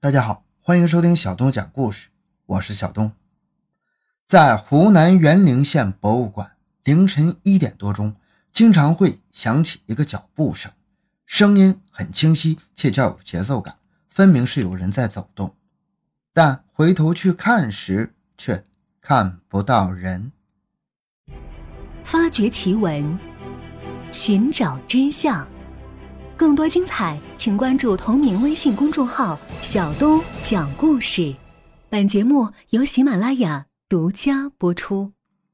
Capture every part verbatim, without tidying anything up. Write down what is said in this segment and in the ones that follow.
大家好，欢迎收听小东讲故事，我是小东。在湖南沅陵县博物馆，凌晨一点多钟，经常会响起一个脚步声，声音很清晰且较有节奏感，分明是有人在走动。但回头去看时，却看不到人。 发掘奇闻，寻找真相。更多精彩，请关注同名微信公众号“小东讲故事”。本节目由喜马拉雅独家播出。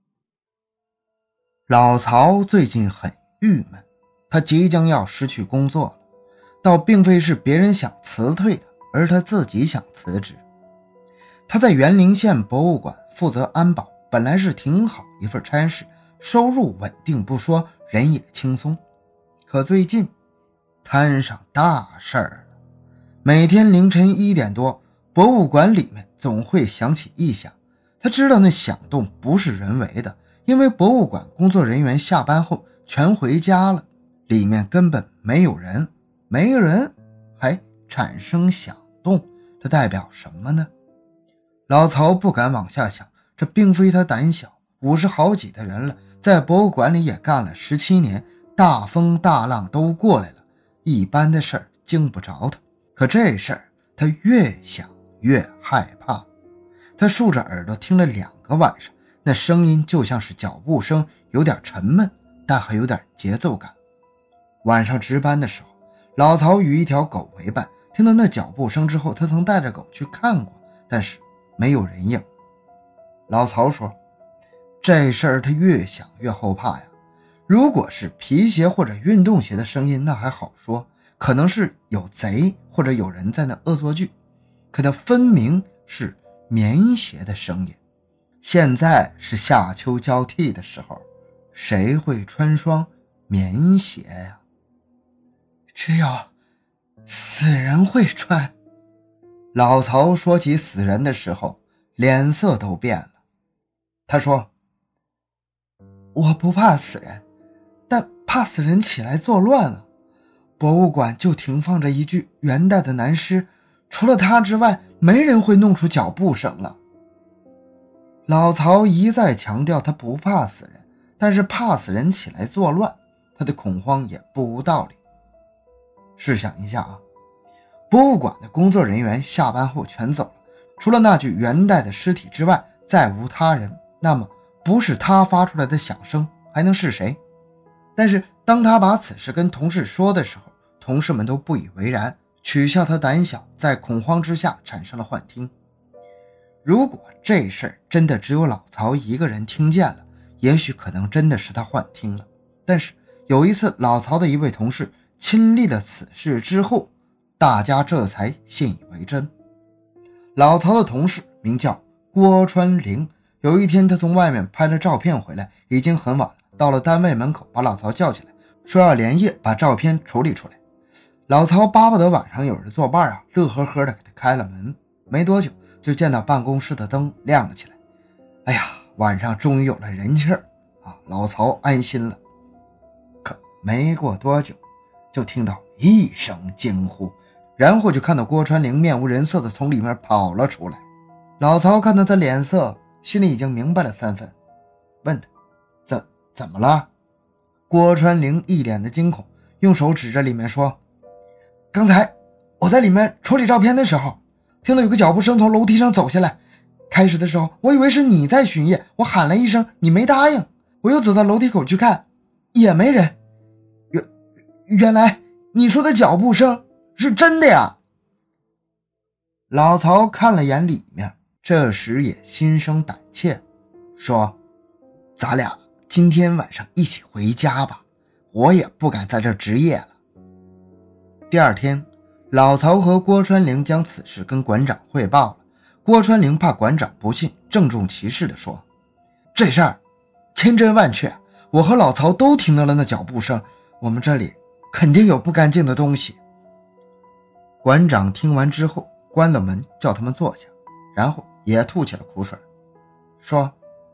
老曹最近很郁闷，他即将要失去工作了，倒并非是别人想辞退他，而他自己想辞职。他在沅陵县博物馆负责安保，本来是挺好一份差事，收入稳定不说，人也轻松。可最近摊上大事儿了。每天凌晨一点多，博物馆里面总会响起异响。他知道那响动不是人为的，因为博物馆工作人员下班后全回家了，里面根本没有人。没人还产生响动，这代表什么呢？老曹不敢往下想，这并非他胆小，五十好几的人了，在博物馆里也干了十七年，大风大浪都过来了，一般的事儿经不着他。可这事儿他越想越害怕。他竖着耳朵听了两个晚上，那声音就像是脚步声，有点沉闷，但还有点节奏感。晚上值班的时候，老曹与一条狗为伴，听到那脚步声之后，他曾带着狗去看过，但是没有人影。老曹说，这事儿他越想越后怕呀。如果是皮鞋或者运动鞋的声音那还好说，可能是有贼或者有人在那恶作剧，可那分明是棉鞋的声音。现在是夏秋交替的时候，谁会穿双棉鞋呀？只有死人会穿。老曹说起死人的时候，脸色都变了。他说，我不怕死人，但怕死人起来作乱了。博物馆就停放着一具元代的男尸，除了他之外，没人会弄出脚步声了。老曹一再强调他不怕死人，但是怕死人起来作乱，他的恐慌也不无道理。试想一下啊，博物馆的工作人员下班后全走了，除了那具元代的尸体之外，再无他人，那么不是他发出来的响声，还能是谁？但是当他把此事跟同事说的时候，同事们都不以为然，取笑他胆小，在恐慌之下产生了幻听。如果这事儿真的只有老曹一个人听见了，也许可能真的是他幻听了。但是有一次老曹的一位同事亲历了此事之后，大家这才信以为真。老曹的同事名叫郭川玲，有一天他从外面拍了照片回来，已经很晚了，到了单位门口把老曹叫起来，说要连夜把照片处理出来。老曹巴不得晚上有人作伴啊，乐呵呵的给他开了门。没多久就见到办公室的灯亮了起来。哎呀，晚上终于有了人气儿啊！老曹安心了。可没过多久，就听到一声惊呼，然后就看到郭川玲面无人色的从里面跑了出来。老曹看到他脸色，心里已经明白了三分，问他怎怎么了？郭川玲一脸的惊恐，用手指着里面说，刚才我在里面处理照片的时候，听到有个脚步声从楼梯上走下来，开始的时候我以为是你在巡夜，我喊了一声你没答应，我又走到楼梯口去看，也没人。原原来你说的脚步声是真的呀。老曹看了眼里面，这时也心生胆怯，说，咱俩今天晚上一起回家吧，我也不敢在这值夜了。第二天，老曹和郭川玲将此事跟馆长汇报了。郭川玲怕馆长不信，郑重其事地说，这事儿千真万确，我和老曹都听到了那脚步声，我们这里肯定有不干净的东西。馆长听完之后关了门，叫他们坐下，然后也吐起了苦水，说，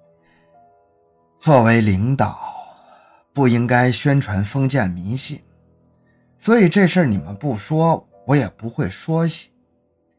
作为领导不应该宣传封建迷信，所以这事儿你们不说，我也不会说起。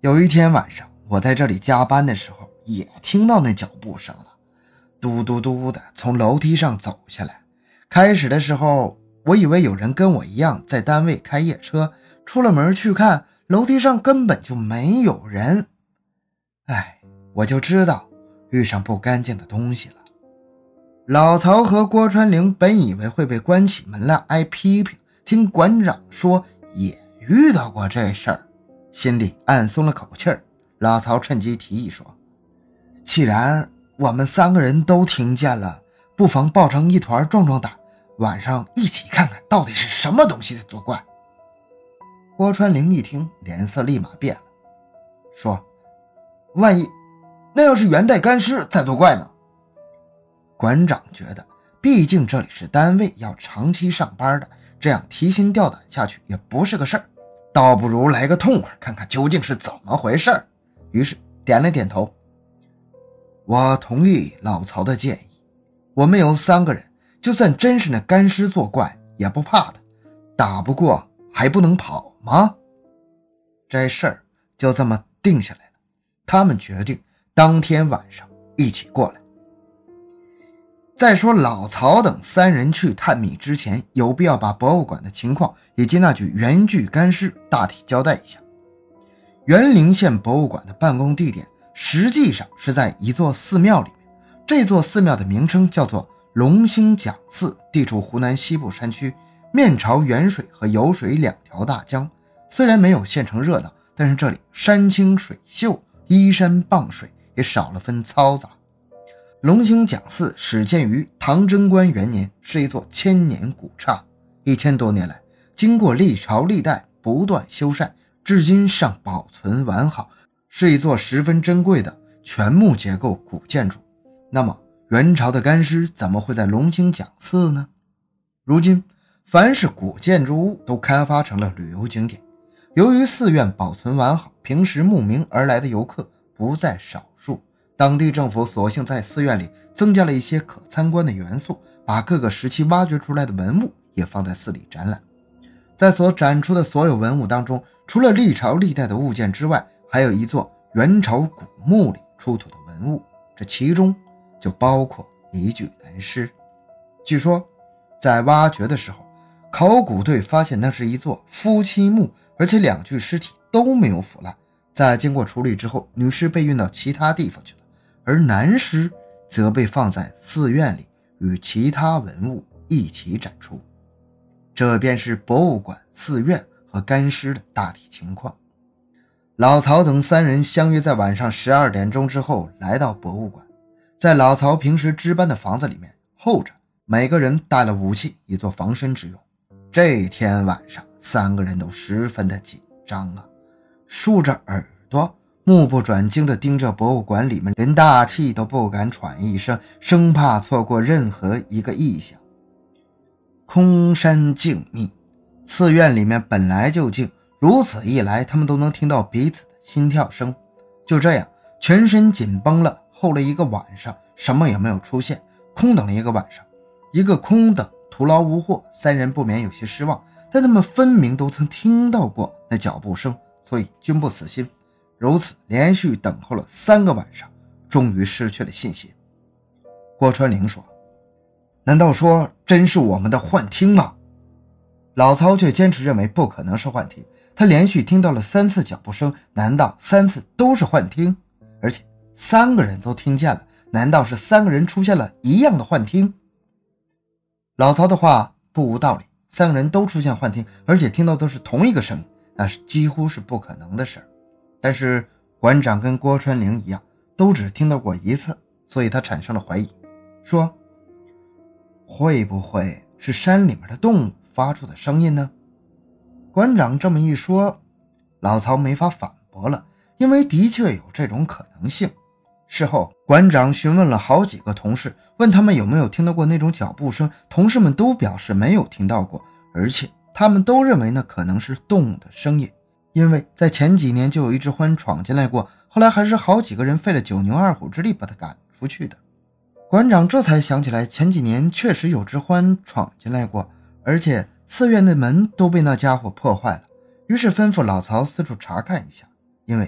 有一天晚上，我在这里加班的时候，也听到那脚步声了，嘟嘟嘟的从楼梯上走下来。开始的时候，我以为有人跟我一样在单位开夜车，出了门去看，楼梯上根本就没有人。哎，我就知道遇上不干净的东西了。老曹和郭川玲本以为会被关起门来挨批评，听馆长说也遇到过这事儿，心里暗松了口气儿。老曹趁机提议说，既然我们三个人都听见了，不妨抱成一团壮壮胆，晚上一起看看到底是什么东西在作怪。郭川玲一听，脸色立马变了，说，万一那要是元代干尸在作怪呢？馆长觉得毕竟这里是单位，要长期上班的，这样提心吊胆下去也不是个事儿，倒不如来个痛快，看看究竟是怎么回事儿。于是点了点头，我同意老曹的建议，我们有三个人，就算真是那干尸作怪也不怕的，打不过还不能跑吗？这事儿就这么定下来了。他们决定当天晚上一起过来。再说老曹等三人去探秘之前，有必要把博物馆的情况以及那具原具干尸大体交代一下。园陵县博物馆的办公地点实际上是在一座寺庙里面，这座寺庙的名称叫做龙兴讲寺，地处湖南西部山区，面朝沅水和酉水两条大江。虽然没有县城热闹，但是这里山清水秀，依山傍水，也少了分嘈杂。龙兴讲寺始建于唐贞观元年，是一座千年古刹，一千多年来经过历朝历代不断修缮，至今尚保存完好，是一座十分珍贵的全木结构古建筑。那么元朝的干尸怎么会在龙兴讲寺呢？如今凡是古建筑物都开发成了旅游景点，由于寺院保存完好，平时慕名而来的游客不在少数，当地政府索性在寺院里增加了一些可参观的元素，把各个时期挖掘出来的文物也放在寺里展览。在所展出的所有文物当中，除了历朝历代的物件之外，还有一座元朝古墓里出土的文物，这其中就包括一具男尸。据说在挖掘的时候，考古队发现那是一座夫妻墓，而且两具尸体都没有腐烂。在经过处理之后，女尸被运到其他地方去了，而男尸则被放在寺院里与其他文物一起展出。这便是博物馆、寺院和干尸的大体情况。老曹等三人相约在晚上十二点钟之后来到博物馆，在老曹平时值班的房子里面候着，每个人带了武器以作防身之用。这天晚上三个人都十分的紧张啊，竖着耳朵目不转睛地盯着博物馆里面，连大气都不敢喘一声，生怕错过任何一个异象。空山静谧，寺院里面本来就静，如此一来他们都能听到彼此的心跳声。就这样全身紧绷了，候了一个晚上，什么也没有出现，空等了一个晚上，一个空等徒劳无获，三人不免有些失望，但他们分明都曾听到过那脚步声，所以均不死心。如此连续等候了三个晚上，终于失去了信心。郭川玲说，难道说真是我们的幻听吗？老曹却坚持认为不可能是幻听，他连续听到了三次脚步声，难道三次都是幻听？而且三个人都听见了，难道是三个人出现了一样的幻听？老曹的话不无道理，三个人都出现幻听，而且听到都是同一个声音，那是几乎是不可能的事儿。但是馆长跟郭川玲一样，都只听到过一次，所以他产生了怀疑，说会不会是山里面的动物发出的声音呢？馆长这么一说，老曹没法反驳了，因为的确有这种可能性。事后馆长询问了好几个同事，问他们有没有听到过那种脚步声，同事们都表示没有听到过，而且他们都认为那可能是动物的声音，因为在前几年就有一只獾闯进来过，后来还是好几个人费了九牛二虎之力把它赶出去的。馆长这才想起来，前几年确实有只獾闯进来过，而且寺院的门都被那家伙破坏了，于是吩咐老曹四处查看一下，因为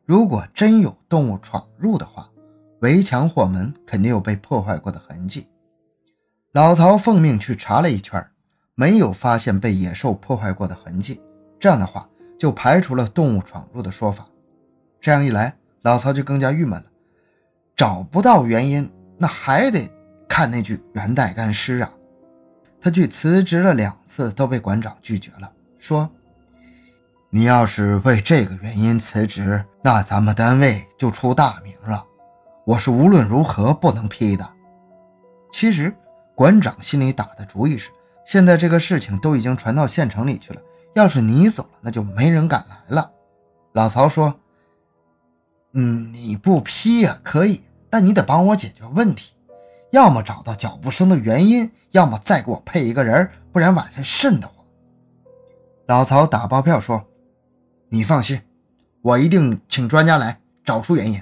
如果真有动物闯入的话，围墙或门肯定有被破坏过的痕迹。老曹奉命去查了一圈，没有发现被野兽破坏过的痕迹，这样的话就排除了动物闯入的说法。这样一来，老曹就更加郁闷了，找不到原因，那还得看那具元代干尸啊。他去辞职了两次都被馆长拒绝了，说你要是为这个原因辞职，那咱们单位就出大名了，我是无论如何不能批的。其实馆长心里打的主意是，现在这个事情都已经传到县城里去了，要是你走了，那就没人敢来了。老曹说，嗯，你不批也可以，但你得帮我解决问题，要么找到脚步声的原因，要么再给我配一个人，不然晚上瘆得慌。老曹打包票说，你放心，我一定请专家来找出原因。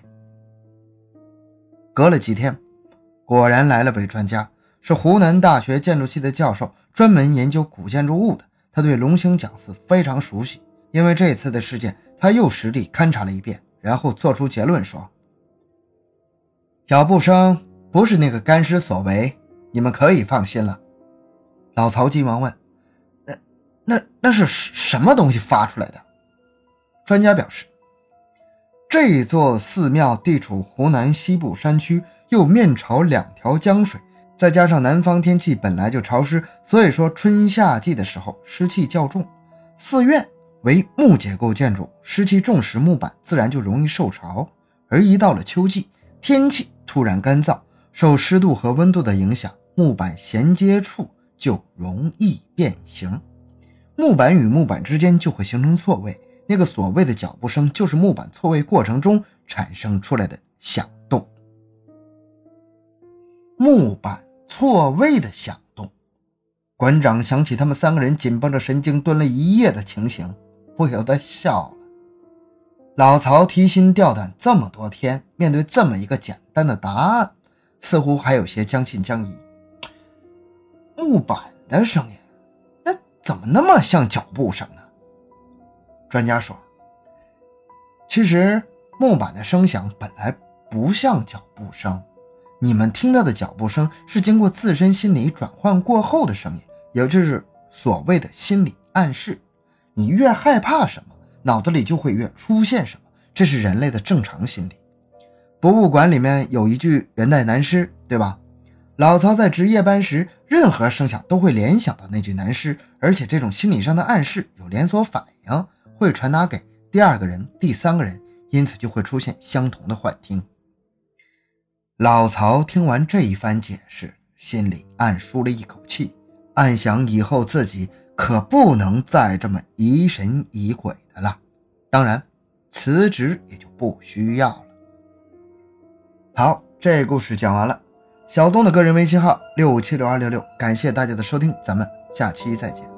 隔了几天，果然来了位专家，是湖南大学建筑系的教授，专门研究古建筑物的。他对龙兴讲寺非常熟悉，因为这次的事件他又实地勘察了一遍，然后做出结论说，脚步声不是那个干尸所为，你们可以放心了。老曹急忙问，那那那是什么东西发出来的？专家表示，这座寺庙地处湖南西部山区，又面朝两条江水，再加上南方天气本来就潮湿，所以说春夏季的时候湿气较重。寺院为木结构建筑，湿气重时木板自然就容易受潮，而一到了秋季，天气突然干燥，受湿度和温度的影响，木板衔接处就容易变形，木板与木板之间就会形成错位，那个所谓的脚步声就是木板错位过程中产生出来的响动。木板错位的响动，馆长想起他们三个人紧绷着神经蹲了一夜的情形，不由得笑了。老曹提心吊胆这么多天，面对这么一个简单的答案，似乎还有些将信将疑。木板的声音，那怎么那么像脚步声呢？专家说，其实木板的声响本来不像脚步声，你们听到的脚步声是经过自身心理转换过后的声音，也就是所谓的心理暗示。你越害怕什么，脑子里就会越出现什么，这是人类的正常心理。博物馆里面有一具元代男尸，对吧？老曹在值夜班时，任何声响都会联想到那具男尸，而且这种心理上的暗示有连锁反应，会传达给第二个人、第三个人，因此就会出现相同的幻听。老曹听完这一番解释，心里暗舒了一口气，暗想以后自己可不能再这么疑神疑鬼的了。当然，辞职也就不需要了。好，这故事讲完了。小东的个人微信号六五七六二六六，感谢大家的收听，咱们下期再见。